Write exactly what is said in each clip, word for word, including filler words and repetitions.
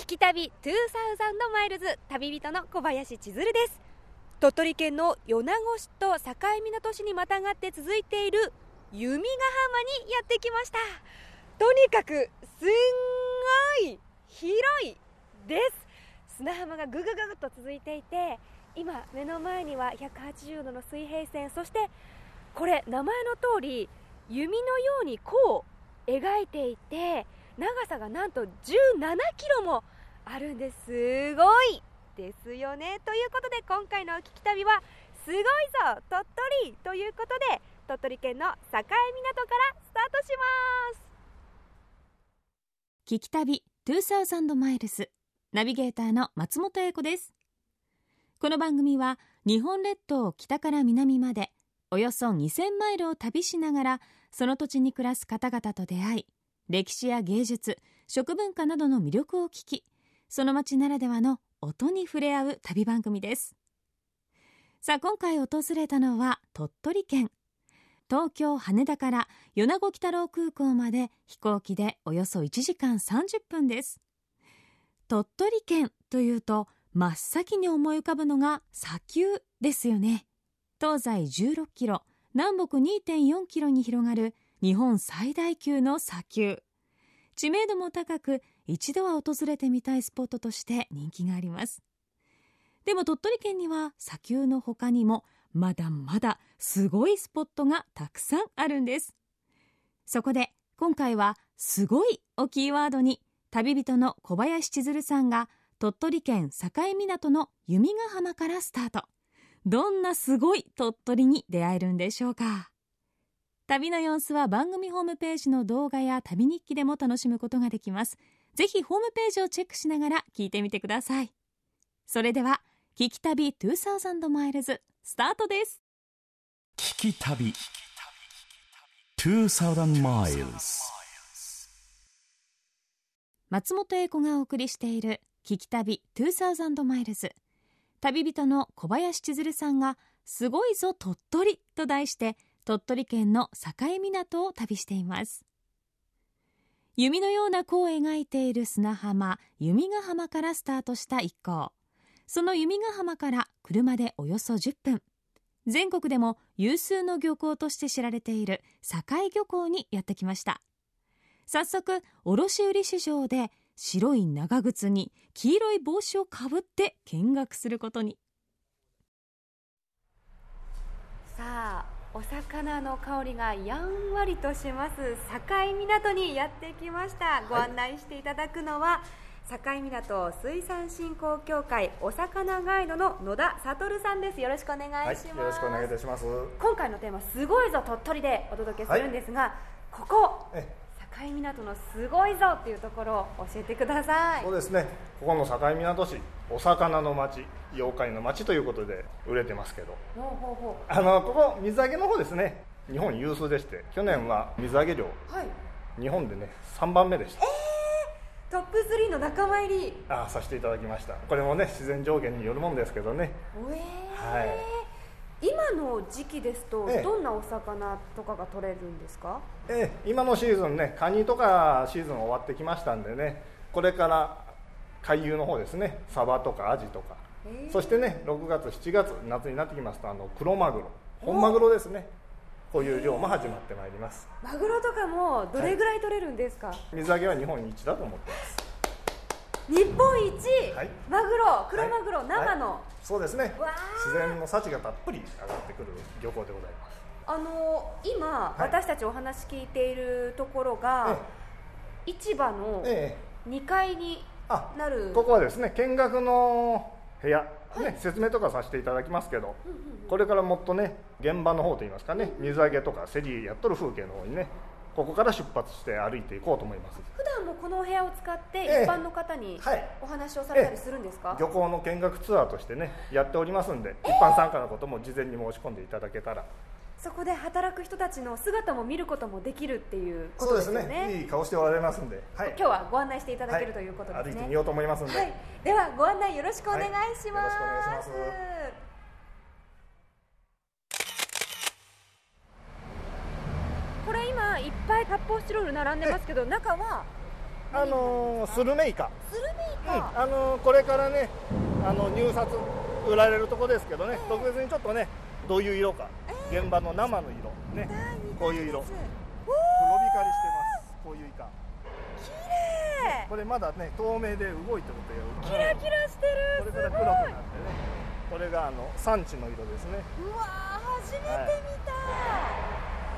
聞き旅にせんマイルズ、旅人の小林千鶴です。鳥取県の米子市と境港市にまたがって続いている弓ヶ浜にやってきました。とにかくすんごい広いです。砂浜がぐぐぐぐっと続いていて、今目の前にはひゃくはちじゅうどの水平線、そしてこれ名前の通り弓のように弧を描いていて、長さがなんとじゅうななキロもあるんです。すごいですよね。ということで今回の聞き旅はすごいぞ鳥取ということで、鳥取県の境港からスタートします。 聞き旅にせんマイルズ、ナビゲーターの松本英子です。この番組は日本列島を北から南までおよそにせんマイルを旅しながら、その土地に暮らす方々と出会い、歴史や芸術、食文化などの魅力を聞き、その町ならではの音に触れ合う旅番組です。さあ、今回訪れたのは鳥取県。東京羽田から米子鬼太郎空港まで飛行機でおよそいちじかんさんじゅっぷんです。鳥取県というと真っ先に思い浮かぶのが砂丘ですよね。東西じゅうろっキロ、南北 にてんよんキロに広がる日本最大級の砂丘。知名度も高く、一度は訪れてみたいスポットとして人気があります。でも鳥取県には砂丘の他にもまだまだすごいスポットがたくさんあるんです。そこで今回はすごいをキーワードに、旅人の小林千鶴さんが鳥取県境港の弓ヶ浜からスタート。どんなすごい鳥取に出会えるんでしょうか。旅の様子は番組ホームページの動画や旅日記でも楽しむことができます。ぜひホームページをチェックしながら聞いてみてください。それでは聞き旅にせんマイルズスタートです。 聞き旅にせんマイルズ、 松本英子がお送りしている聞き旅にせんマイルズ。旅人の小林千鶴さんがすごいぞ鳥取と題して鳥取県の境港を旅しています。弓のような弧を描いている砂浜弓ヶ浜からスタートした一行。その弓ヶ浜から車でおよそじゅっぷん、全国でも有数の漁港として知られている境漁港にやってきました。早速卸売市場で白い長靴に黄色い帽子をかぶって見学することに。 さあ、お魚の香りがやんわりとします境港にやってきました。ご案内していただくのは、境港水産振興協会お魚ガイドの野田悟さんです。よろしくお願いします。 はい、よろしくお願いいたします。 今回のテーマすごいぞ鳥取でお届けするんですが、はい、ここえ境港のすごいぞっていうところを教えてください。 そうですね、ここの境港市、お魚の町、妖怪の町ということで売れてますけど、 ほうほうほう、 あのここ水揚げの方ですね、日本有数でして、去年は水揚げ量、はい、日本でねさんばんめでした。 えー、トップスリーの仲間入りあさせていただきました。これもね自然条件によるもんですけどね、 えーはい、 今の時期ですと、 ええ、 どんなお魚とかが取れるんですか？ ええ、今のシーズンね、カニとかシーズン終わってきましたんでね、これから海遊の方ですね、サバとかアジとか、えー、そしてねろくがつしちがつ夏になってきますと、あの黒マグロ、本マグロですね、こういう漁も始まってまいります。 マグロとかもどれぐらい取れるんですか？はい、 水揚げは日本一だと思っています。 日本一、 はい、 マグロ、黒マグロ、はい、生の、はい、 そうですね、自然の幸がたっぷり上がってくる漁港でございます。 あの今、はい、私たちお話聞いているところが、ええ、市場のにかいになる、 ええ、ここはですね見学の部屋、ね、はい、説明とかさせていただきますけど、うんうんうん、これからもっとね現場の方といいますかね、水揚げとか競りやっとる風景の方にね、ここから出発して歩いていこうと思います。 普段もこのお部屋を使って一般の方にお話をされたりするんですか？ ええ、漁港の見学ツアーとしてねやっておりますんで、一般参加のことも事前に申し込んでいただけたら、 そこで働く人たちの姿も見ることもできるっていうことですよね。 そうですね、いい顔しておられますんで、はい、 今日はご案内していただける、はい、ということですね。 歩いてみようと思いますんで、はい、 ではご案内よろしくお願いします。はい、よろしくお願いします。これ今いっぱい発泡スチロール並んでますけど、中はあのー、スルメイカ、 スルメイか、 うん、あのこれからねあの入札売られるとこですけどね、えー、特別にちょっとねどういう色か、えー、現場の生の色ね、こういう色黒光りしてます。こういうイカ綺麗。 これまだね透明で動いてるというキラキラしてる。 これから黒くなってね、これがあの産地の色ですね。 うわー初めて見た、はい、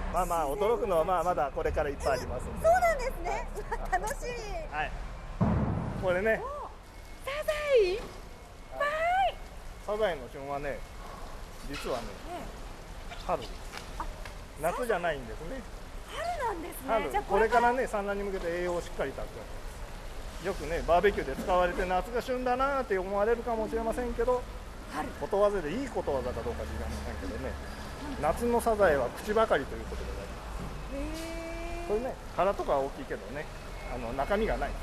まあまあ驚くのはまあまだこれからいっぱいありますんで。 そうなんですね、はい、楽しみ。 はい、これねサザエいっぱい。 サザエの旬はね実はね、春です。夏じゃないんですね。 春なんですね。 春、じゃあこれからね産卵に向けて栄養をしっかり蓄え、よくねバーベキューで使われて夏が旬だなって思われるかもしれませんけど、 春ことわざでいいことわざかどうか知りませんけどね、夏のサザエは口ばかりということでございます。へー。これね殻とかは大きいけどね、あの中身がない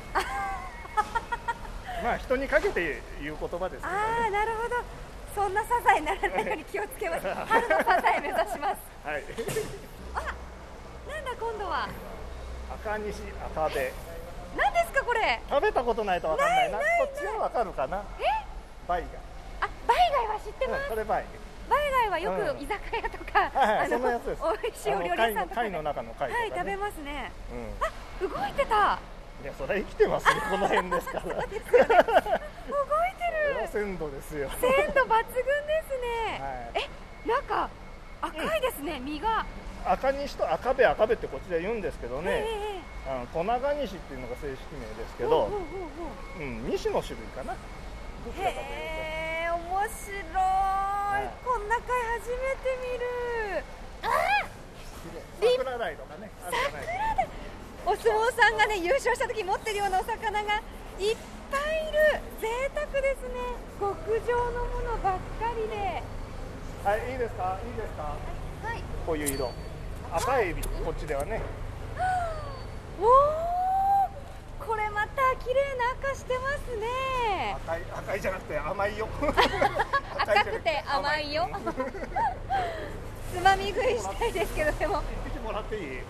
まあ人にかけて言う言葉ですけどね。 ああなるほど、そんなサザエにならないように気をつけます春のサザエ目指しますはいあ、なんだ今度は赤西赤べ。 何ですかこれ。 食べたことないと分かんないな。 ないないない。 こっちは分かるかな。 えバイあ、バイ貝は知ってま貝、うん、 す。 これバイバイ貝はよく居酒屋とか、 うん、はいはい、 あのそんなやつです。 美味しいお料理屋さんとかで貝の中の貝とか、ね、 はい、食べますね、 うん、 あ、動いてた。 いや、それ生きてますよ、この辺ですからそうですよね動いてる。 鮮度ですよ。 鮮度抜群ですね、 はい、 え、なんか赤いですね、うん、身が赤西と赤べ赤べってこっちで言うんですけどね、 えー、 あの小長西っていうのが正式名ですけど、うん、西の種類かな。どちらかというと。 へー、面白い、はい、こんな貝初めて見る。あー、 桜鯛とかね、あるじゃないですか。 桜鯛、お相撲さんがね優勝した時持ってるようなお魚がいっぱいいる。贅沢ですね。極上のものばっかりで。 はい、いいですか、いいですか。 はい。 こういう色。赤エビ、こっちではね。 おお、これまた綺麗な赤してますね。 赤い、赤いじゃなくて甘いよ。 赤くて甘いよ。つまみ食いしたいですけど、でも。 見てもらっていい？ え、いいん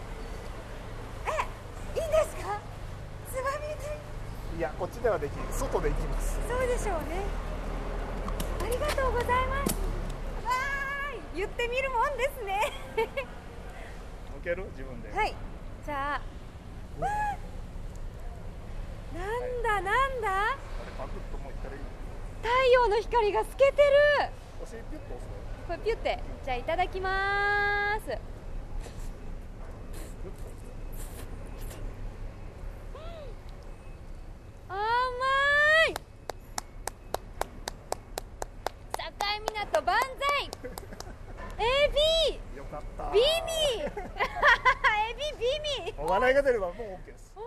ですか？つまみ食い。 いや、こっちではできる。外で行きます。 そうでしょうね。ありがとうございます。わーい、言ってみるもんですね。 向ける？自分で。 はい。じゃあ、わー、なんだなんだ。 あれパクッともういったらいい。 太陽の光が透けてる。 お尻ピュッと押す。 これピュって。じゃあいただきまーす。甘い。境港万歳。エビ。 よかった。 ビビ。エビビビ。 お笑いが出ればもう OK です。 おっ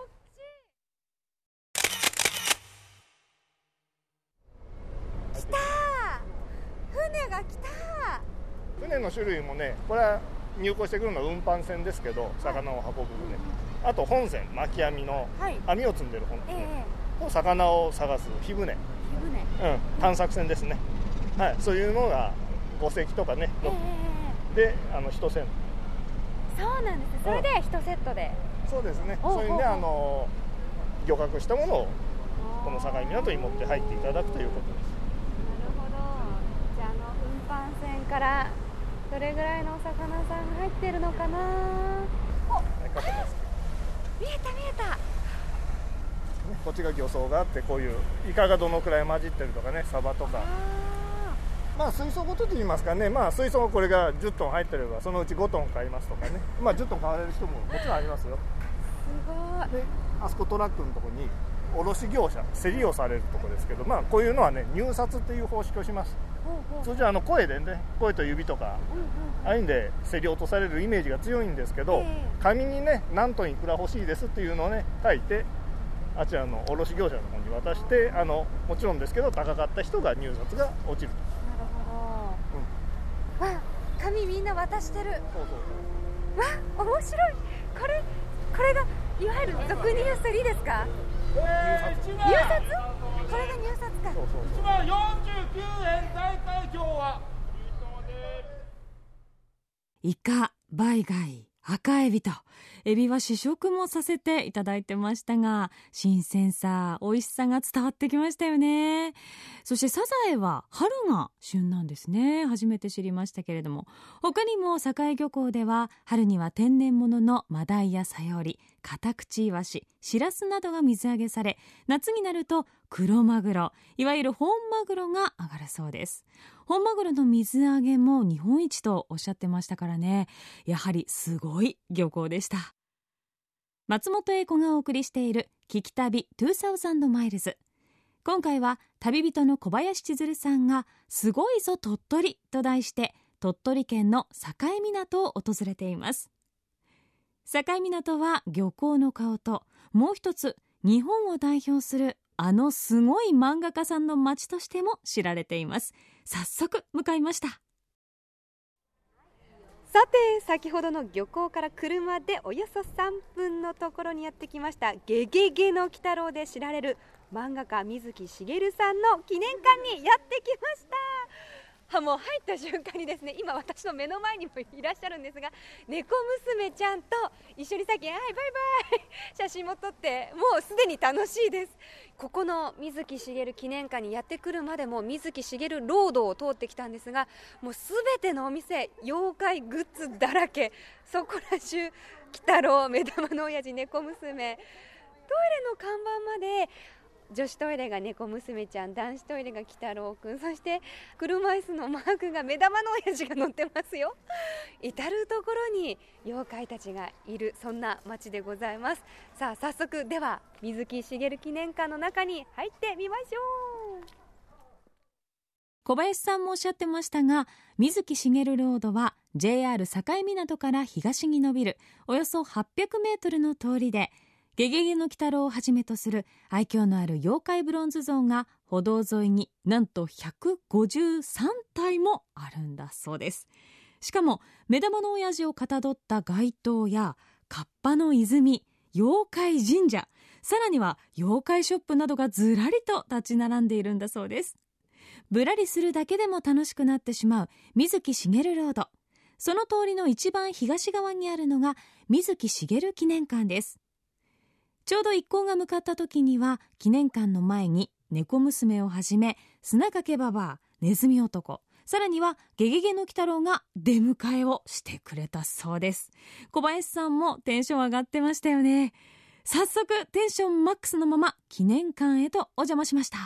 きい。来た。船が来た。 船の種類もね、これは入港してくるのは運搬船ですけど、魚を運ぶ船、あと本船、巻き網の網を積んでる本船、えー、魚を探す火船、火船、うん、探索船ですね、はい、そういうのがご隻とかね、えー、であのいち船。 そうなんです、それでいちセットで、 うん、そうですね、そういうね、あの漁獲したものをこの境港に持って入っていただくということです。 なるほど。じゃあ、あの運搬船からどれぐらいのお魚さんが入ってるのかな。お、見えた見えた。 こっちが漁槽があって、こういうイカがどのくらい混じってるとかね、サバとか、まあ水槽ごとといいますかね、まあ水槽これがじゅっトン入ってればそのうちごトン買いますとかね、まあじゅっトン買われる人ももちろんありますよ。 すごい。 であそこトラックのとこに卸業者、競りをされるとこですけど、まあこういうのはね入札っていう方式をします。通常あの声でね、声と指とか、うんうん、ああいうんで競り落とされるイメージが強いんですけど、えー、紙にね何トンいくら欲しいですっていうのをね書いて、あちらの卸業者の方に渡して、あのもちろんですけど高かった人が入札が落ちる。 なるほど、うん、わ、紙みんな渡してる。 そうそうそう。わ、面白い。これこれがいわゆる俗に言う競りですか？ 入札。 入札？これが入札か。 そうそうそう。いちまんよんじゅうきゅうえん、大体今日は。 イカ、バイ貝、 赤エビとエビは試食もさせていただいてましたが、新鮮さ、美味しさが伝わってきましたよね。そしてサザエは春が旬なんですね。初めて知りましたけれども、他にも境漁港では春には天然物のマダイやサヨリ、カタクチイワシ、シラスなどが水揚げされ、夏になると黒マグロ、いわゆる本マグロが上がるそうです。本マグロの水揚げも日本一とおっしゃってましたからね、やはりすごい漁港でした。松本英子がお送りしている聞き旅にせんマイルズ。今回は旅人の小林千鶴さんがすごいぞ鳥取と題して鳥取県の境港を訪れています。境港は漁港の顔と、もう一つ日本を代表するあのすごい漫画家さんの街としても知られています。早速向かいました。 さて、先ほどの漁港から車でおよそさんぷんのところにやってきました、ゲゲゲの鬼太郎で知られる漫画家水木しげるさんの記念館にやってきました。はもう入った瞬間にですね、今私の目の前にもいらっしゃるんですが、猫娘ちゃんと一緒にさっき、はい、バイバイ写真も撮って、もうすでに楽しいです。ここの水木しげる記念館にやってくるまでも水木しげるロードを通ってきたんですが、もうすべてのお店妖怪グッズだらけ、そこら中鬼太郎、目玉の親父、猫娘、トイレの看板まで女子トイレが猫娘ちゃん、男子トイレが鬼太郎くん、そして車椅子のマークが目玉の親父が乗ってますよ。至るところに妖怪たちがいる、そんな街でございます。さあ早速では水木しげる記念館の中に入ってみましょう。 小林さんもおっしゃってましたが、水木しげるロードは ジェイアール 境港から東に伸びるおよそはっぴゃくメートルの通りで、ゲゲゲの鬼太郎をはじめとする愛嬌のある妖怪ブロンズ像が歩道沿いになんとひゃくごじゅうさんたいもあるんだそうです。しかも目玉の親父をかたどった街灯やカッパの泉、妖怪神社、さらには妖怪ショップなどがずらりと立ち並んでいるんだそうです。ぶらりするだけでも楽しくなってしまう水木しげるロード。その通りの一番東側にあるのが水木しげる記念館です。ちょうど一行が向かった時には、記念館の前に猫娘をはじめ砂かけばばあ、ネズミ男、さらにはゲゲゲの鬼太郎が出迎えをしてくれたそうです。小林さんもテンション上がってましたよね。早速テンションマックスのまま記念館へとお邪魔しました。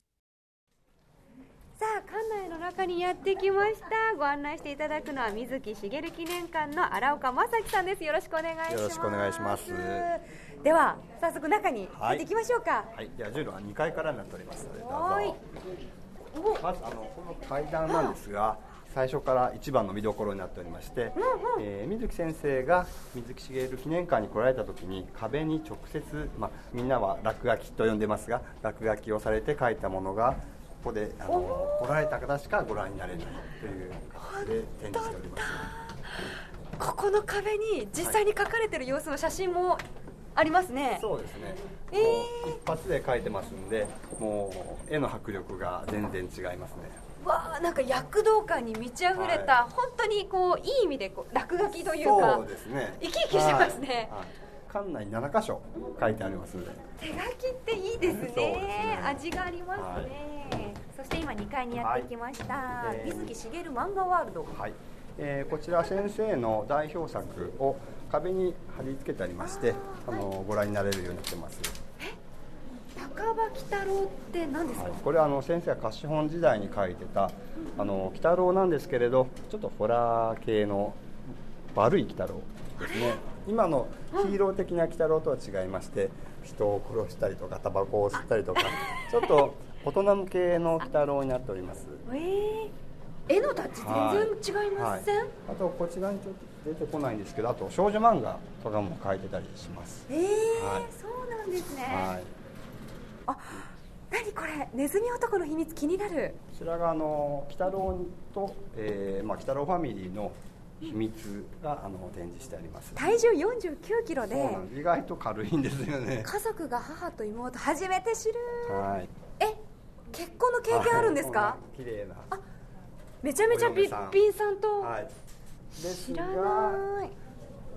さあ館内の中にやってきました。ご案内していただくのは水木しげる記念館の荒岡正樹さんです。よろしくお願いします。 よろしくお願いします。 では早速中に入っていきましょうか。 はい、では従路はにかいからになっておりますので、どうぞ。 はい。 まずあのこの階段なんですが、最初から一番の見どころになっておりまして、うんうん、えー、水木先生が水木しげる記念館に来られた時に壁に直接、まあ、みんなは落書きと呼んでますが、落書きをされて書いたものがここであの来られた方しかご覧になれないという形で展示しております。 ここの壁に実際に書かれている様子の写真もありますね。 そうですね、 えー、 一発で描いてますんで、もう絵の迫力が全然違いますね。 わあ、なんか躍動感に満ち溢れた、はい、本当にこういい意味でこう落書きというか、 そうですね、 生き生きしてますね。はいはい、 館内ななかしょ書いてありますので、 手書きっていいですね。そうですね、味がありますね。はい、そして今にかいにやってきました、はい、水木しげる漫画ワールド。 はい、えー、こちら先生の代表作を壁に貼り付けてありまして、あの、はい、ご覧になれるようになってます。 え、高場鬼太郎って何ですか？はい、 これはあの先生が貸本時代に書いてた、うん、あの鬼太郎なんですけれど、ちょっとホラー系の悪い鬼太郎ですね。今のヒーロー的な鬼太郎とは違いまして、人を殺したりとかタバコを吸ったりとかちょっと大人向けの鬼太郎になっております。 えー、絵のタッチ全然違いません？はいはい、 あとこちらにちょっと出てこないんですけど、あと少女漫画とかも描いてたりします。 えー、はい、そうなんですね。はい、あ、何これ、ネズミ男の秘密気になる。 こちらがあの鬼太郎と、えーまあ、鬼太郎ファミリーの秘密があの展示してあります。 体重よんじゅうきゅうキロで、 そうなんです、意外と軽いんですよね。 家族が母と妹初めて知る。 はい、 え、結婚の経験あるんですか？はい、 綺麗な、 あ、めちゃめちゃびっぴんさんと、 はい、 知らない。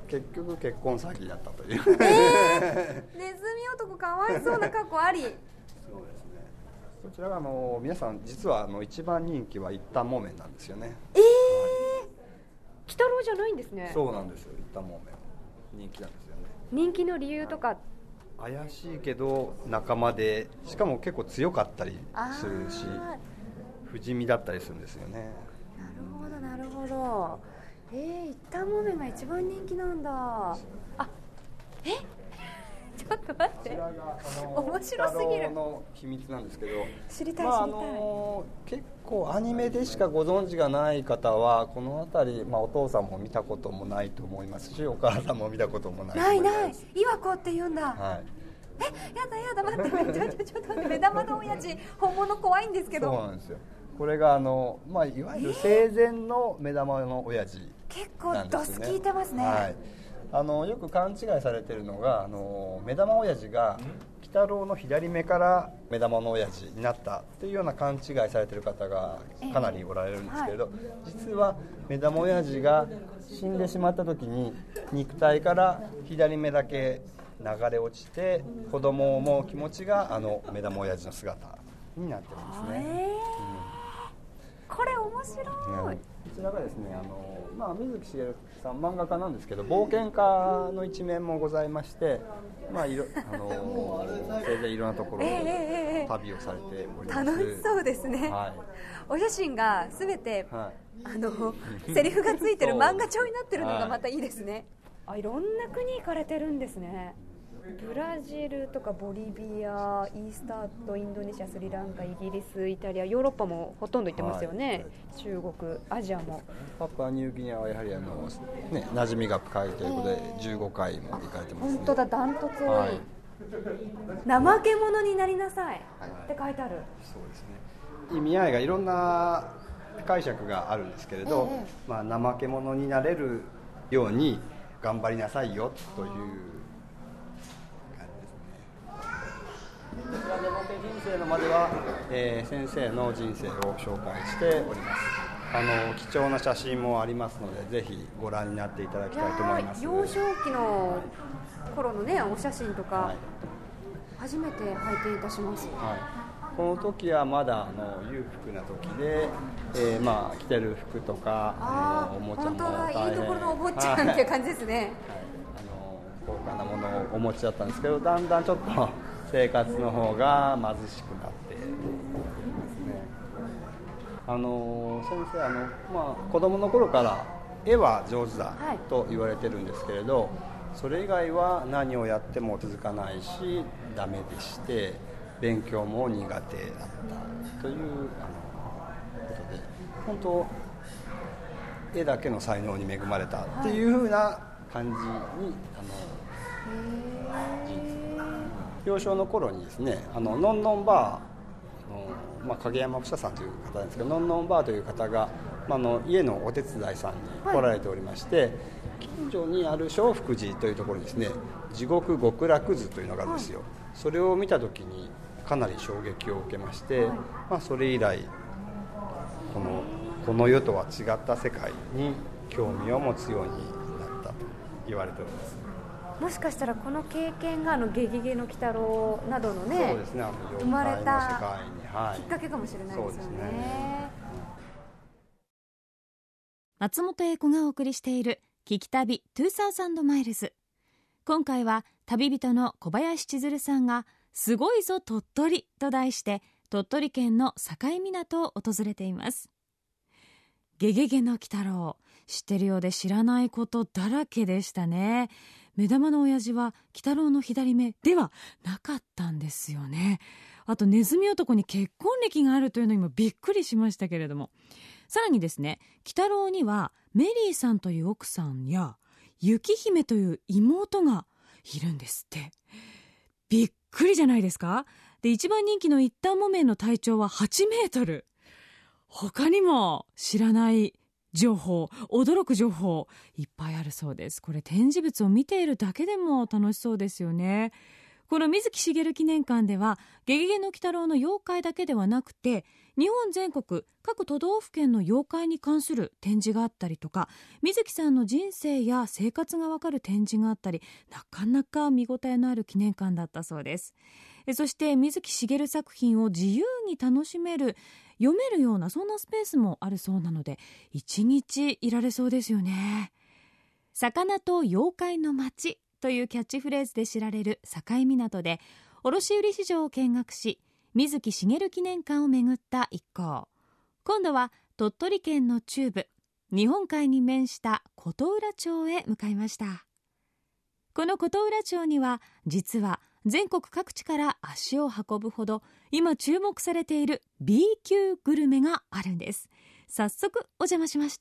結局結婚詐欺だったという、 えー、ネズミ男かわいそうな過去あり。そうですね。 こちらがあの皆さん実はあの一番人気は一反木綿なんですよね。 えー、はい、鬼太郎じゃないんですね。 そうなんですよ。一反木綿人気なんですよね。 人気の理由とか。 怪しいけど仲間で、しかも結構強かったりするし、不死身だったりするんですよね。 なるほどなるほど。えー、一反木綿が一番人気なんだ。あ、えちょっと待って、面白すぎる。鬼太郎の秘密なんですけど、 知りたい、 まあ、 知りたい。 あの結構アニメでしかご存知がない方はこの辺り、まあ、お父さんも見たこともないと思いますし、お母さんも見たこともないと思います。 ないない、岩子って言うんだ。 はい、 え、やだやだ、待ってちょちょちょっと待って、目玉の親父本物怖いんですけど。 そうなんですよ。これがあの、まあ、いわゆる生前の目玉の親父なんですね。 結構ドス効いてますね。 はい、あのよく勘違いされているのが、あの目玉親父が鬼太郎の左目から目玉の親父になったっていうような勘違いされている方がかなりおられるんですけれど、えーはい、実は目玉親父が死んでしまった時に肉体から左目だけ流れ落ちて子供を思う気持ちがあの目玉親父の姿になってるんですね。えーうん、 これ面白い。 こちらがですね、あの、まあ、水木しげるさん漫画家なんですけど、冒険家の一面もございまして、まあ、いろあの生前いろんなところで旅をされております。 楽しそうですね。はい、お写真がすべて、はい、あのセリフがついてる漫画帳になってるのがまたいいですね。はい、あ、いろんな国行かれてるんですね。ブラジルとかボリビア、イースター島、インドネシア、スリランカ、イギリス、イタリア、ヨーロッパもほとんど行ってますよね。はい、中国、アジアも。 パプアニューギニアはやはりあの、ね、馴染みが深いということでじゅうごかいも行かれてますね。 本当だ、ダントツ多い。はい、怠け者になりなさいって書いてある。 そうですね。意味合いがいろんな解釈があるんですけれど、ええ、まあ、怠け者になれるように頑張りなさいよという。こちらで僕人生のまでは、えー、先生の人生を紹介しております。あの貴重な写真もありますので、ぜひご覧になっていただきたいと思います。 幼少期の頃のね、お写真とか、はい、初めて拝見いたします。 はい、この時はまだあの裕福な時で、えー、まあ着てる服とかあのおもちゃも大変、 本当だ、いいところのお坊ちゃんっていう感じですね。はい、 あの高価なものをお持ちだったんですけど、だんだんちょっと生活の方が貧しくなっていますね。あの先生、あの、まあ、子供の頃から絵は上手だと言われてるんですけれど、はい、それ以外は何をやっても続かないしダメでして、勉強も苦手だったというあのことで、本当絵だけの才能に恵まれたっていう風な感じに、はい、あの幼少の頃にですね、あののんのんバーの、まあ、影山房さんという方なんですけど、のんのんバーという方が、まあ、あの家のお手伝いさんに来られておりまして、はい、近所にある正福寺というところにですね、地獄極楽図というのがあるんですよ。はい、それを見た時にかなり衝撃を受けまして、はい、まあ、それ以来この、この世とは違った世界に興味を持つようになったと言われております。 もしかしたらこの経験があのゲゲゲの鬼太郎などのね、 そうですね、あの生まれた世界に、はい、 きっかけかもしれないですよね。そうですね。 松本英子がお送りしている聞き旅にせんマイルズ。今回は旅人の小林千鶴さんがすごいぞ鳥取と題して鳥取県の境港を訪れています。ゲゲゲの鬼太郎、知ってるようで知らないことだらけでしたね。目玉の親父は鬼太郎の左目ではなかったんですよね。あとネズミ男に結婚歴があるというのにもびっくりしましたけれども、さらにですね、鬼太郎にはメリーさんという奥さんや雪姫という妹がいるんですって。びっくりじゃないですか。で、一番人気の一反木綿の体長ははちメートル。他にも知らない情報、驚く情報いっぱいあるそうです。これ展示物を見ているだけでも楽しそうですよね。 この水木しげる記念館ではゲゲゲの鬼太郎の妖怪だけではなくて、日本全国各都道府県の妖怪に関する展示があったりとか、水木さんの人生や生活がわかる展示があったり、なかなか見応えのある記念館だったそうです。そして水木しげる作品を自由に楽しめる、読めるようなそんなスペースもあるそうなので、一日いられそうですよね。魚と妖怪の街というキャッチフレーズで知られる境港で卸売市場を見学し、水木しげる記念館を巡った一行。今度は鳥取県の中部、日本海に面した琴浦町へ向かいました。この琴浦町には実は全国各地から足を運ぶほど今注目されている B 級グルメがあるんです。早速お邪魔しました。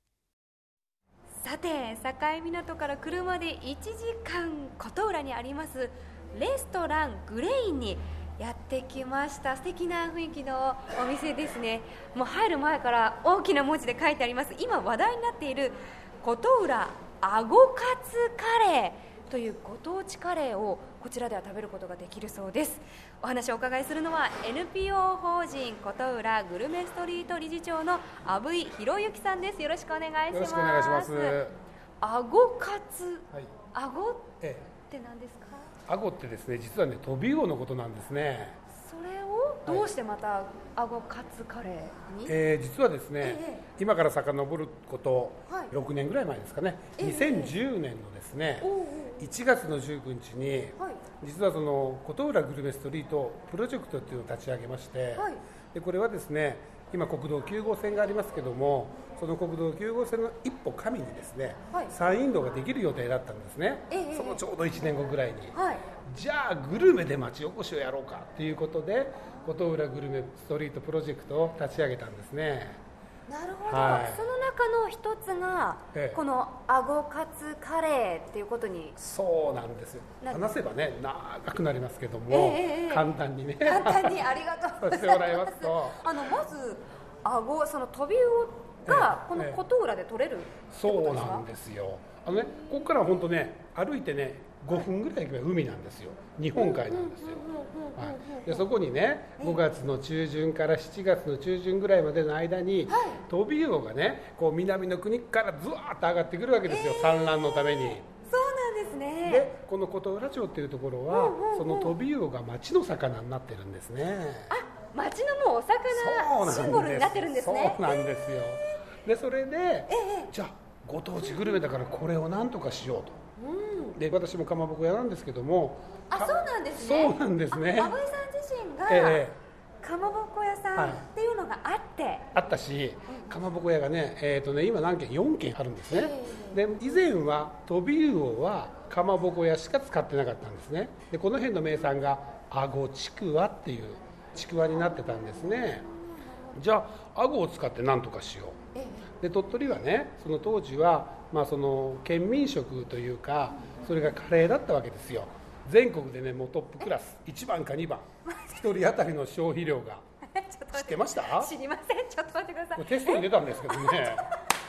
さて、境港から車でいちじかん、琴浦にありますレストラングレインにやってきました。素敵な雰囲気のお店ですね。もう入る前から大きな文字で書いてあります、今話題になっている琴浦あごかつカレーというご当地カレーをこちらでは食べることができるそうです。お話をお伺いするのは エヌピーオー 法人琴浦グルメストリート理事長の阿部井博之さんです。よろしくお願いします。 よろしくお願いします。 あごかつ、 はい、 あごって何ですか？ あごってですね、実はね、飛び魚のことなんですね。 それをどうしてまたあごかつカレーに、 えー、実はですね、ええ、今から遡ること、 はい、 ろくねんぐらい前ですかね、ええ、にせんじゅうねんのですね、ええ、いちがつのじゅうくにちに、はい、実はその琴浦グルメストリートプロジェクトというのを立ち上げまして、はい、でこれはですね、今国道きゅうごうせんがありますけども、その国道きゅうごうせんの一歩上にですね、はい、山陰道ができる予定だったんですね、ええ、そのちょうどいちねんごぐらいに、はい、じゃあグルメで町おこしをやろうかということで琴浦グルメストリートプロジェクトを立ち上げたんですね。 なるほど、はい、その中の一つが、ええ、このあごかつカレーっていうことに。 そうなんですよ。話せばね長くなりますけども、ええ、簡単にね簡単にありがとうございます。 させてもらいますと、 あのまずあご、その飛び魚がこの琴浦で取れるってことですか？ そうなんですよ。あのね、ここから本当ね、歩いてねごふんぐらい行けば海なんですよ。日本海なんですよ。はい、でそこにね、ごがつの中旬からしちがつの中旬ぐらいまでの間に、はい、飛び魚がね、こう南の国からずわーっと上がってくるわけですよ、えー、産卵のために。 そうなんですね。 でこの琴浦町っていうところは、うんうんうん、その飛び魚が町の魚になってるんですね。 あ、町のもうお魚シンボルになってるんですね。 そうなんですよ。でそれで、えー、じゃあご当地グルメだからこれをなんとかしようと、うん、で私もかまぼこ屋なんですけども。 あ、そうなんですね。 そうなんですね。 阿部井さん自身が、えー、かまぼこ屋さんっていうのがあって、はい、 あったし、かまぼこ屋がね、えーとね、今何軒よんけんあるんですね、えー、で以前は飛び魚はかまぼこ屋しか使ってなかったんですね。でこの辺の名産があごちくわっていうちくわになってたんですね。じゃああごを使って何とかしよう。えー、で鳥取はね、その当時は、まあ、その県民食というか、それがカレーだったわけですよ。全国でね、もうトップクラスいちばんかにばん、ひとり当たりの消費量が知ってました？ 知りません。ちょっと待ってください。 これテストに出たんですけどね。テス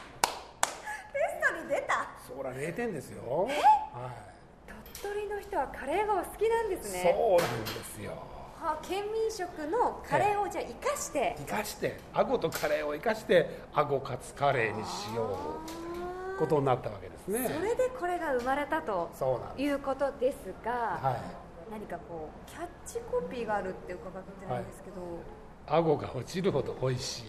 トに出た？ そられいてんですよ。はい、 鳥取の人はカレーがお好きなんですね。 そうなんですよ。 はあ、県民食のカレーをじゃあ生かして生かしてあごとカレーを生かしてあごかつカレーにしようとことになったわけですね。 それでこれが生まれたということですが、はい、何かこうキャッチコピーがあるって伺ってるんですけど、 はい、あごが落ちるほど美味しい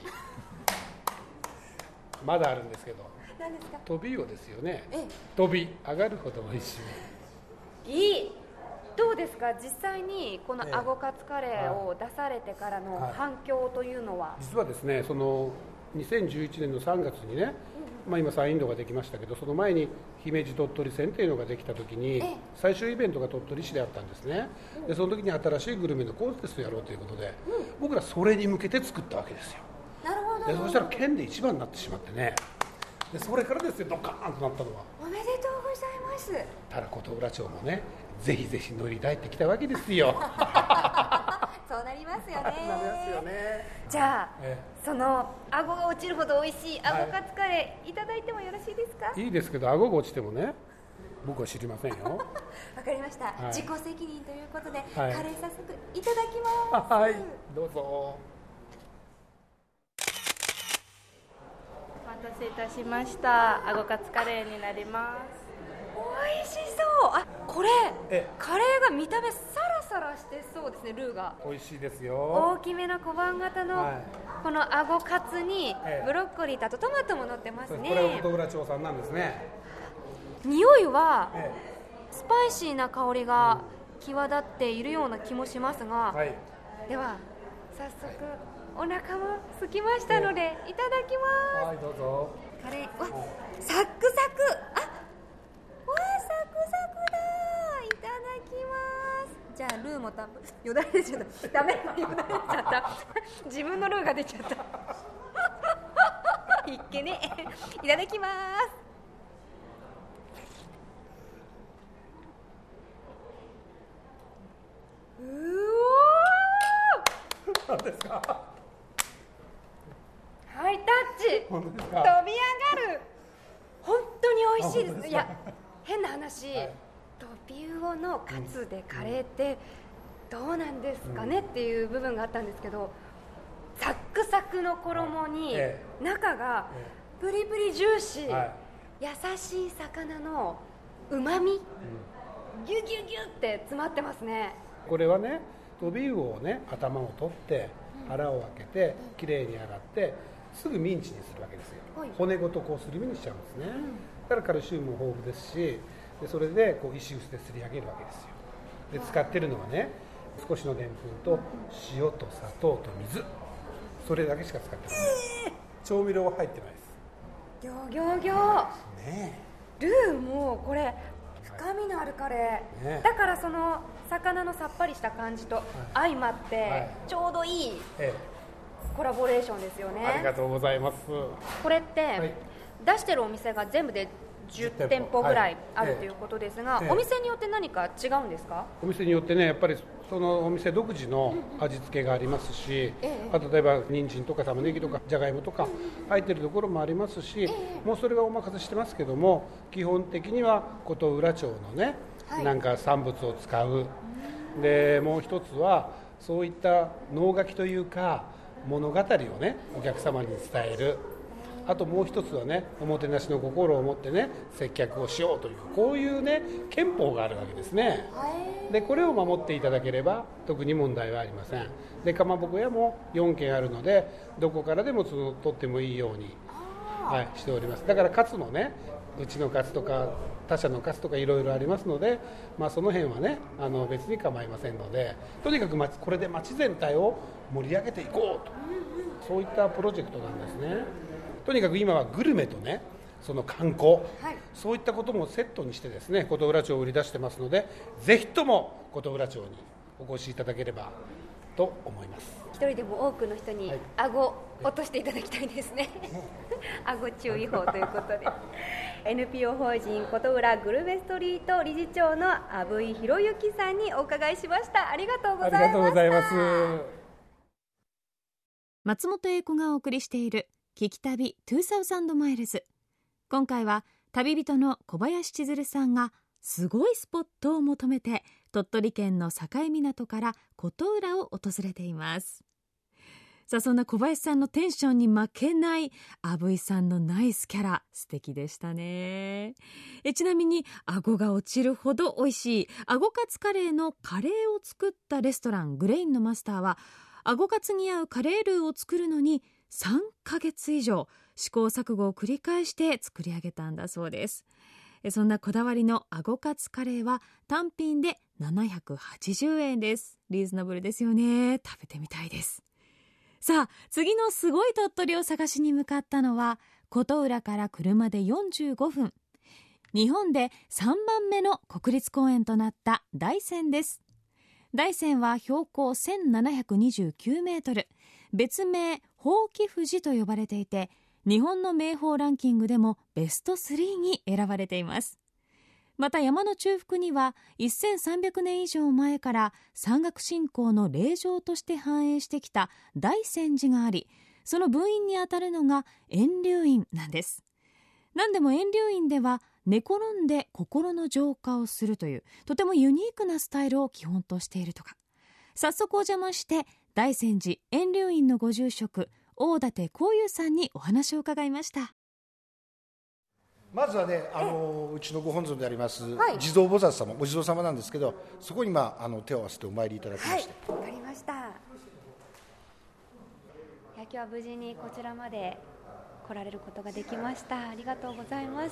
まだあるんですけど、 何ですか？ 飛び魚ですよね。飛び上がるほど美味しい。いい。どうですか、実際にこのあごかつカレーを出されてからの反響というのは？はい、 実はですね、そのにせんじゅういちねんのさんがつにね、まあ、今山陰道ができましたけど、その前に姫路鳥取線っていうのができた時に最終イベントが鳥取市であったんですね。でその時に新しいグルメのコンテストをやろうということで、僕らそれに向けて作ったわけですよ。 なるほど。 でそしたら県で一番になってしまってね、でそれからですよ、ドカーンとなったのは。 おめでとうございます。 ただ琴浦町もね、ぜひぜひ乗りたいってきたわけですよ。 そうなりますよね。 なりますよね。 じゃあ、ええ、そのあごが落ちるほど美味しいあごかつカレー、はい、いただいてもよろしいですか？ いいですけど、あごが落ちてもね、 僕は知りませんよ。 わかりました、 はい、 自己責任ということで、 はい、 カレー早速いただきます。 はい、どうぞ。 お待たせいたしました。あごカツカレーになります。 美味しそう。あ、これカレーが見た目サラサラしてそうですね。ルーが美味しいですよ。 大きめの小判型の、はい、このあごカツにブロッコリーとあとトマトも乗ってますね。 これは琴浦町産なんですね。 匂いはスパイシーな香りが際立っているような気もしますが、はい、では早速お腹も空きましたのでいただきます。 はい、どうぞ。 カレー、わ、サクサク、あ、わ、サクサクだ。いただきます。じゃあルーもたっぷり、よだれ出ちゃった。ダメ、よだれ出ちゃった。自分のルーが出ちゃった。いっけね。いただきます。うおー。 何ですか。 ハイタッチ。飛び上がる。本当に美味しいです。いや、変な話、はい、トビウオのカツでカレーってどうなんですかね、うん、っていう部分があったんですけど、サックサクの衣に中がプリプリジューシー、はい、優しい魚のうまみ、うん、ギュギュギュって詰まってますね。 これはね、トビウオをね、頭を取って腹を開けてきれいに洗ってすぐミンチにするわけですよ、はい、骨ごとこうすり身にしちゃうんですね、うん、だからカルシウムも豊富ですし、でそれでこう石臼ですり上げるわけですよ。で使ってるのはね、少しのでんぷんと塩と砂糖と水、それだけしか使ってない、えー、調味料は入ってないです。 ギョギョギョ、ね、ルーもこれ深みのあるカレー、ね、だからその魚のさっぱりした感じと相まってちょうどいいコラボレーションですよね、 はい、ありがとうございます。 これって、はい、出してるお店が全部でじゅってんぽぐらいあるということですが、はい、お店によって何か違うんですか。 お店によってね、やっぱりそのお店独自の味付けがありますし、うんうん、あ例えば人参とか玉ねぎとかじゃがいもとか入ってるところもありますし、うん、もうそれはお任せしてますけども、基本的には琴浦町のね、はい、なんか産物を使う、うん、でもう一つはそういった能書きというか物語をね、お客様に伝える。あともう一つはね、おもてなしの心を持ってね、接客をしようという、こういうね、憲法があるわけですね。でこれを守っていただければ特に問題はありません。でかまぼこ屋もよんけんあるので、どこからでも取ってもいいように、はい、しております。だからカツもね、うちのカツとか他社のカツとかいろいろありますので、まあ、その辺はね、あの別に構いませんので、とにかくこれで町全体を盛り上げていこうと、そういったプロジェクトなんですね。とにかく今はグルメとね、その観光、はい、そういったこともセットにしてですね、琴浦町を売り出してますので、ぜひとも琴浦町にお越しいただければと思います。 一人でも多くの人に顎落としていただきたいですね。顎注意報ということでエヌピーオー 法人琴浦グルメストリート理事長の阿部井博之さんにお伺いしました。ありがとうございました。 ありがとうございます。 松本英子がお送りしている聞き旅にせんマイルズ。今回は旅人の小林千鶴さんがすごいスポットを求めて鳥取県の境港から琴浦を訪れています。さあ、そんな小林さんのテンションに負けない阿部井さんのナイスキャラ、素敵でしたね。えちなみに顎が落ちるほど美味しいあごカツカレーのカレーを作ったレストラングレインのマスターは、あごカツに合うカレールーを作るのにさんかげつ以上試行錯誤を繰り返して作り上げたんだそうです。そんなこだわりのあごカツカレーは単品でななひゃくはちじゅうえんです。リーズナブルですよね。食べてみたいです。さあ、次のすごい鳥取を探しに向かったのは琴浦から車でよんじゅうごふん、日本でさんばんめの国立公園となった大山です。大山は標高せんななひゃくにじゅうきゅうメートル、別名ほうき富士と呼ばれていて、日本の名峰ランキングでもベストスリーに選ばれています。また山の中腹にはせんさんびゃくねん以上前から山岳信仰の霊場として繁栄してきた大山寺があり、その分院にあたるのが円龍院なんです。何でも円龍院では寝転んで心の浄化をするというとてもユニークなスタイルを基本としているとか。早速お邪魔して大泉寺円龍院のご住職大舘光雄さんにお話を伺いました。 まずはね、あのうちのご本尊であります、 はい、 地蔵菩薩様、お地蔵様なんですけど、そこに、まあ、あの手を合わせてお参りいただきまして、 はい、わかりました。いや今日は無事にこちらまで来られることができました。ありがとうございます。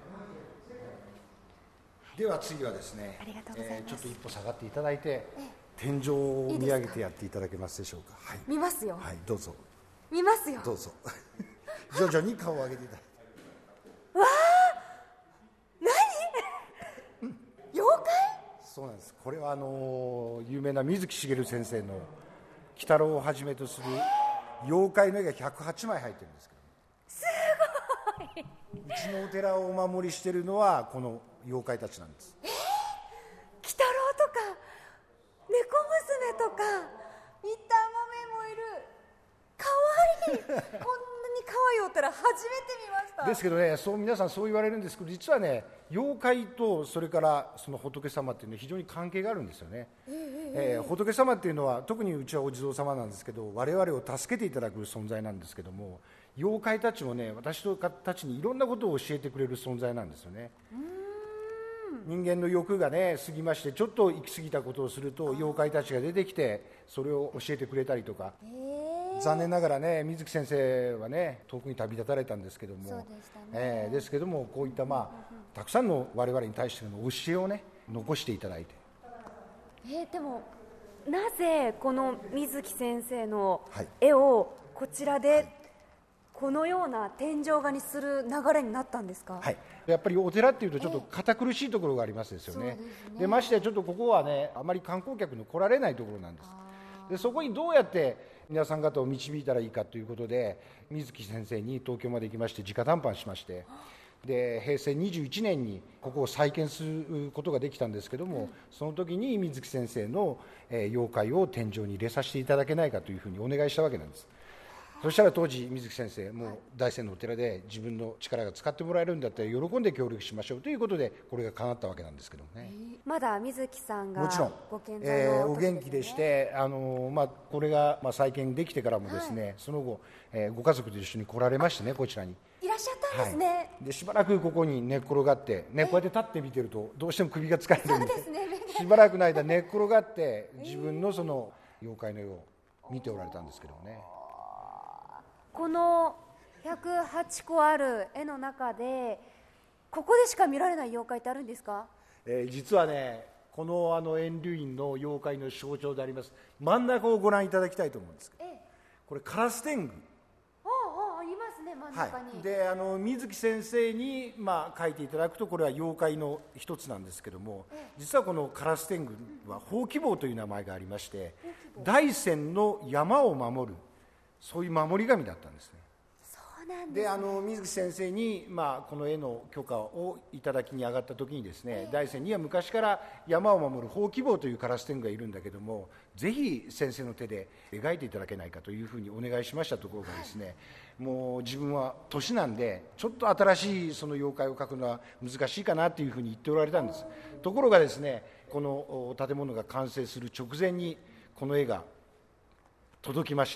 では次はですね、 ありがとうございます。 えー、ちょっと一歩下がっていただいて、天井を見上げてやっていただけますでしょうか。はい、 見ますよ。 はい、どうぞ。 見ますよ。 どうぞ。徐々に顔を上げていただいて。 わあ、何？妖怪？ そうなんです。これはあの有名な水木しげる先生の鬼太郎をはじめとする妖怪の絵がひゃくはちまい入ってるんですけど、 すごい。 うちのお寺をお守りしているのはこの妖怪たちなんです。 えー、鬼太郎とか猫娘とか見た豆もいる。かわいい。こんなに可愛いお寺初めて見ました。 ですけどね、そう皆さんそう言われるんですけど、実はね、妖怪とそれからその仏様っていうのは非常に関係があるんですよね。えーえー、仏様っていうのは特にうちはお地蔵様なんですけど、我々を助けていただく存在なんですけども、妖怪たちもね、私たちにいろんなことを教えてくれる存在なんですよね。人間の欲がね過ぎまして、ちょっと行き過ぎたことをすると妖怪たちが出てきてそれを教えてくれたりとか、残念ながらね水木先生はね遠くに旅立たれたんですけども、そうでしたね、えー、ですけどもこういったまあたくさんの我々に対しての教えをね残していただいて、 えー、でもなぜこの水木先生の絵をこちらで、はい、このような天井画にする流れになったんですか？ はい、やっぱりお寺っていうとちょっと堅苦しいところがありますですよね。えー、で, でましてちょっとここはねあまり観光客の来られないところなんです。でそこにどうやって皆さん方を導いたらいいかということで水木先生に東京まで行きまして直談判しまして、で平成にじゅういちねんにここを再建することができたんですけども、うん、その時に水木先生の、えー、妖怪を天井に入れさせていただけないかというふうにお願いしたわけなんです。そしたら当時水木先生もう大山のお寺で自分の力が使ってもらえるんだったら喜んで協力しましょうということでこれが叶ったわけなんですけどね。 まだ水木さんがもちろんご健在の、 えー、お元気でして、あのーまあ、これが、まあ、再建できてからもですね、はい、その後、えー、ご家族と一緒に来られましてね、こちらにいらっしゃったんですね。はい、 でしばらくここに寝っ転がって、ね、こうやって立って見てるとどうしても首が疲れるんで、 そうですね、 しばらくの間寝っ転がって自分のその妖怪の絵を見ておられたんですけどね。 このひゃくはちこある絵の中でここでしか見られない妖怪ってあるんですか？ えー、実はねこのあの円龍院の妖怪の象徴であります真ん中をご覧いただきたいと思うんですけど、ええ、これカラス天狗。 ああ、ありますね、真ん中に。 はい、であの水木先生に、まあ、書いていただくとこれは妖怪の一つなんですけども、ええ、実はこのカラス天狗はほうき坊という名前がありまして、大山の山を守るそういう守り神だったんですね。 そうなんですね。 であの水木先生に、まあ、この絵の許可をいただきに上がった時にですね、えー、大山には昔から山を守るほうき坊というカラス天狗がいるんだけども、ぜひ先生の手で描いていただけないかというふうにお願いしましたところがですね、はい、もう自分は年なんでちょっと新しいその妖怪を描くのは難しいかなというふうに言っておられたんです。ところがですね、この建物が完成する直前にこの絵が届きまして、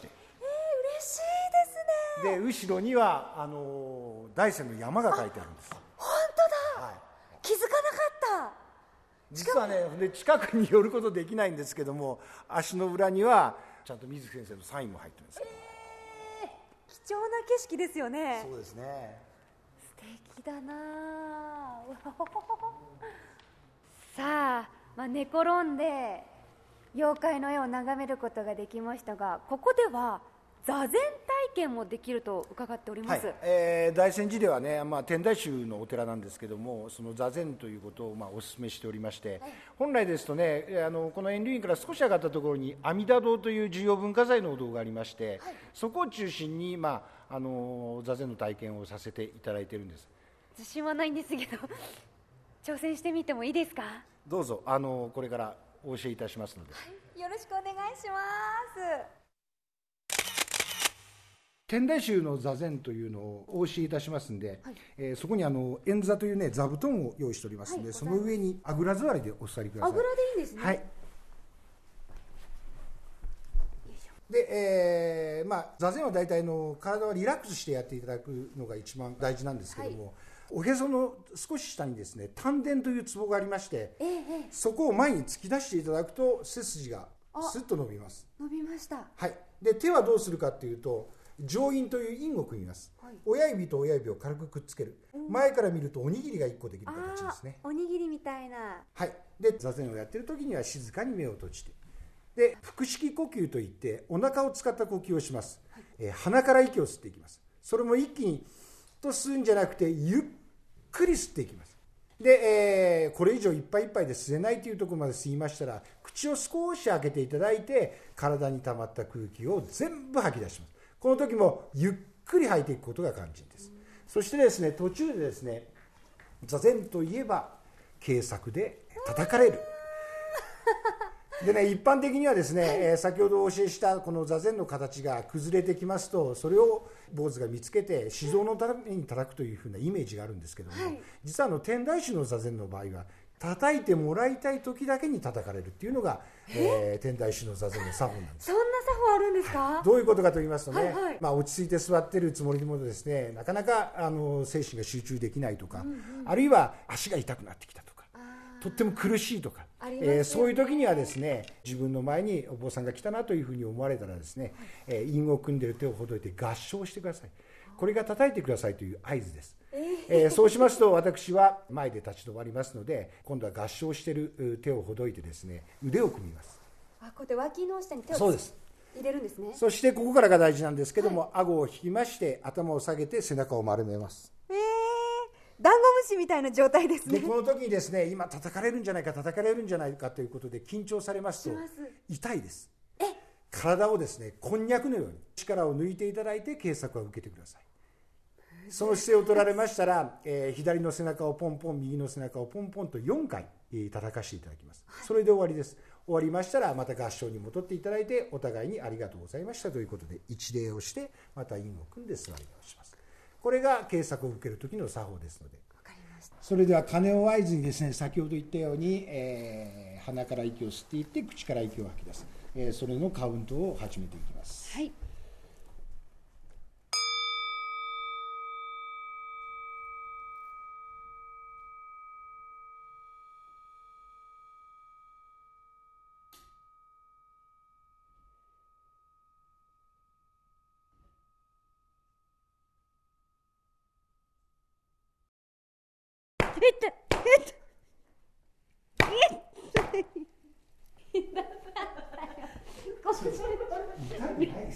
で後ろにはあの大山の山が書いてあるんです。 本当だ、はい、気づかなかった。 実はねで近くに寄ることできないんですけども、足の裏にはちゃんと水木先生のサインも入ってるんです。 えー、貴重な景色ですよね。 そうですね、 素敵だなさあ、まあ、寝転んで妖怪の絵を眺めることができましたが、ここでは座禅体験もできると伺っております。 はい、えー、大山寺ではね、まあ、天台宗のお寺なんですけども、その座禅ということをまあお勧めしておりまして、はい、本来ですとね、あのこの円龍院から少し上がったところに阿弥陀堂という重要文化財のお堂がありまして、はい、そこを中心に、まあ、あの座禅の体験をさせていただいているんです。 自信はないんですけど挑戦してみてもいいですか？ どうぞ、あのこれからお教えいたしますので、はい、よろしくお願いします。 天台宗の座禅というのをお教えいたしますんで、はい、えー、そこにあの円座というね座布団を用意しておりますので、はい、その上にあぐら座りでお座りください。 あぐらでいいんですね。 はい。で、えーまあ、座禅は大体の体はリラックスしてやっていただくのが一番大事なんですけども、はい、おへその少し下にですね丹田というツボがありまして、えー、そこを前に突き出していただくと背筋がスッと伸びます。 伸びました。 はい。で手はどうするかというと上陰という陰を組みます、はい、親指と親指を軽くくっつける、うん、前から見るとおにぎりがいっこできる形ですね。 おにぎりみたいな。 はい。で座禅をやってる時には静かに目を閉じて、で腹式呼吸といってお腹を使った呼吸をします、はい、えー、鼻から息を吸っていきます。それも一気にと吸うんじゃなくてゆっくり吸っていきます。で、えー、これ以上いっぱいいっぱいで吸えないというところまで吸いましたら口を少し開けていただいて体に溜まった空気を全部吐き出します。この時もゆっくり吐いていくことが肝心です。そしてですね途中でですね座禅といえば軽作で叩かれるでね、一般的にはですね、えー、先ほどお教えしたこの座禅の形が崩れてきますとそれを坊主が見つけて指導のために叩くというふうなイメージがあるんですけども、はい、実はあの天台宗の座禅の場合は叩いてもらいたい時だけに叩かれるっていうのが、えー、天台宗の座禅の作法なんです。 そんな作法あるんですか？ はい、どういうことかと言いますとね、はいはい、まあ、落ち着いて座ってるつもりでもですねなかなかあの精神が集中できないとか、うんうん、あるいは足が痛くなってきたとかとっても苦しいとか、えー、そういう時にはですね自分の前にお坊さんが来たなというふうに思われたらですね、はい、えー、韻を組んでいる手をほどいて合掌してください。これが叩いてくださいという合図です。えー、そうしますと私は前で立ち止まりますので今度は合掌している手をほどいてですね腕を組みます。 あ、こうやって脇の下に手をそうです入れるんですね。 そしてここからが大事なんですけども、はい、顎を引きまして頭を下げて背中を丸めます。 えー、ダンゴムシみたいな状態ですね。 でこの時にですね今叩かれるんじゃないか叩かれるんじゃないかということで緊張されますと痛いです。 え体をですねこんにゃくのように力を抜いていただいて軽作は受けてください。その姿勢を取られましたら、えー、左の背中をポンポン右の背中をポンポンとよんかい、えー、叩かしていただきます。それで終わりです。終わりましたらまた合掌に戻っていただいてお互いにありがとうございましたということで一礼をしてまた韻を組んで座り直します。これが軽作を受ける時の作法ですので。 わかりました。 それでは鐘を合図にですね先ほど言ったように、えー、鼻から息を吸っていって口から息を吐き出す、えー、それのカウントを始めていきます。 はい。えっと、えっと、えっと、痛くないです。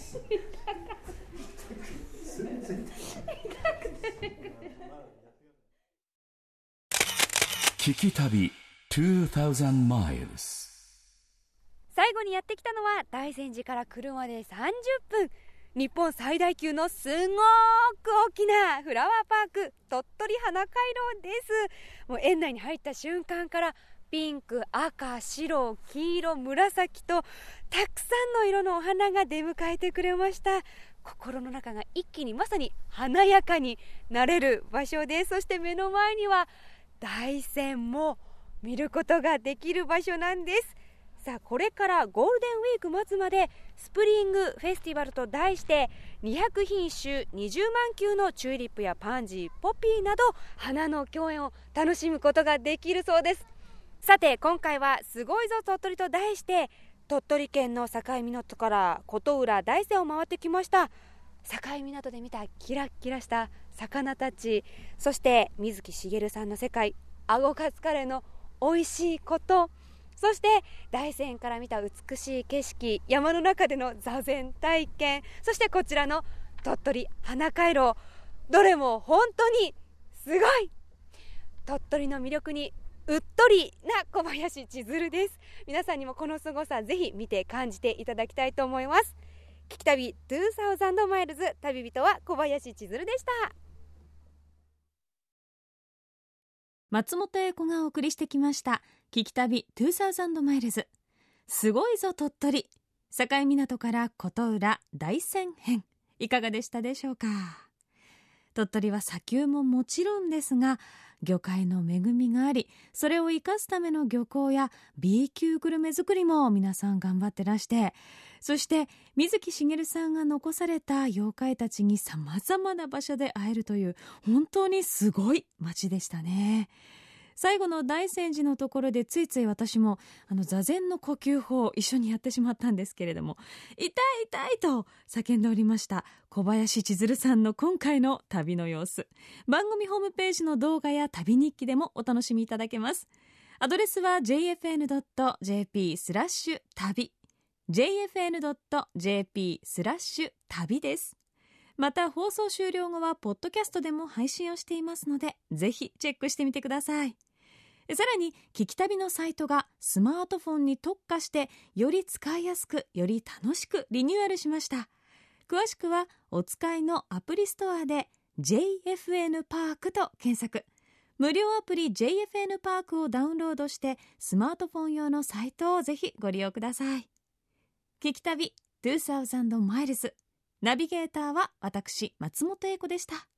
聞き旅にせんマイルズ。 最後にやってきたのは大善寺から車でさんじゅっぷん、日本最大級のすごーく大きなフラワーパーク鳥取花回廊です。もう園内に入った瞬間からピンク、赤、白、黄色、紫とたくさんの色のお花が出迎えてくれました。心の中が一気にまさに華やかになれる場所です。そして目の前には大山も見ることができる場所なんです。さあこれからゴールデンウィーク末までスプリングフェスティバルと題してにひゃくひんしゅにじゅうまんきゅうのチューリップやパンジー、ポピーなど花の共演を楽しむことができるそうです。さて今回はすごいぞ鳥取と題して鳥取県の境港から琴浦大山を回ってきました。境港で見たキラッキラした魚たち、そして水木しげるさんの世界、あごカツカレーの美味しいこと、そして大山から見た美しい景色、山の中での座禅体験、そしてこちらの鳥取花回廊、どれも本当にすごい。鳥取の魅力にうっとりな小林千鶴です。皆さんにもこのすごさぜひ見て感じていただきたいと思います。聞き旅にせんマイルズ、旅人は小林千鶴でした。 松本英子がお送りしてきました聞き旅にせんマイルズ。すごいぞ鳥取、境港から琴浦大山編。 いかがでしたでしょうか。鳥取は砂丘ももちろんですが、魚介の恵みがあり、それを生かすための漁港や B 級グルメ作りも皆さん頑張ってらして、そして水木しげるさんが残された妖怪たちにさまざまな場所で会えるという本当にすごい街でしたね。最後の大泉寺のところでついつい私もあの座禅の呼吸法を一緒にやってしまったんですけれども、痛い痛いと叫んでおりました小林千鶴さんの今回の旅の様子、番組ホームページの動画や旅日記でもお楽しみいただけます。アドレスは ジェイエフエヌドットジェーピースラッシュ旅 ジェイエフエヌドットジェーピースラッシュ旅です。また放送終了後はポッドキャストでも配信をしていますので、ぜひチェックしてみてください。さらに聞き旅のサイトがスマートフォンに特化してより使いやすくより楽しくリニューアルしました。詳しくはお使いのアプリストアで ジェイエフエヌ パークと検索、無料アプリ ジェイエフエヌ パークをダウンロードしてスマートフォン用のサイトをぜひご利用ください。聞き旅にせんマイルズ、ナビゲーターは私松本英子でした。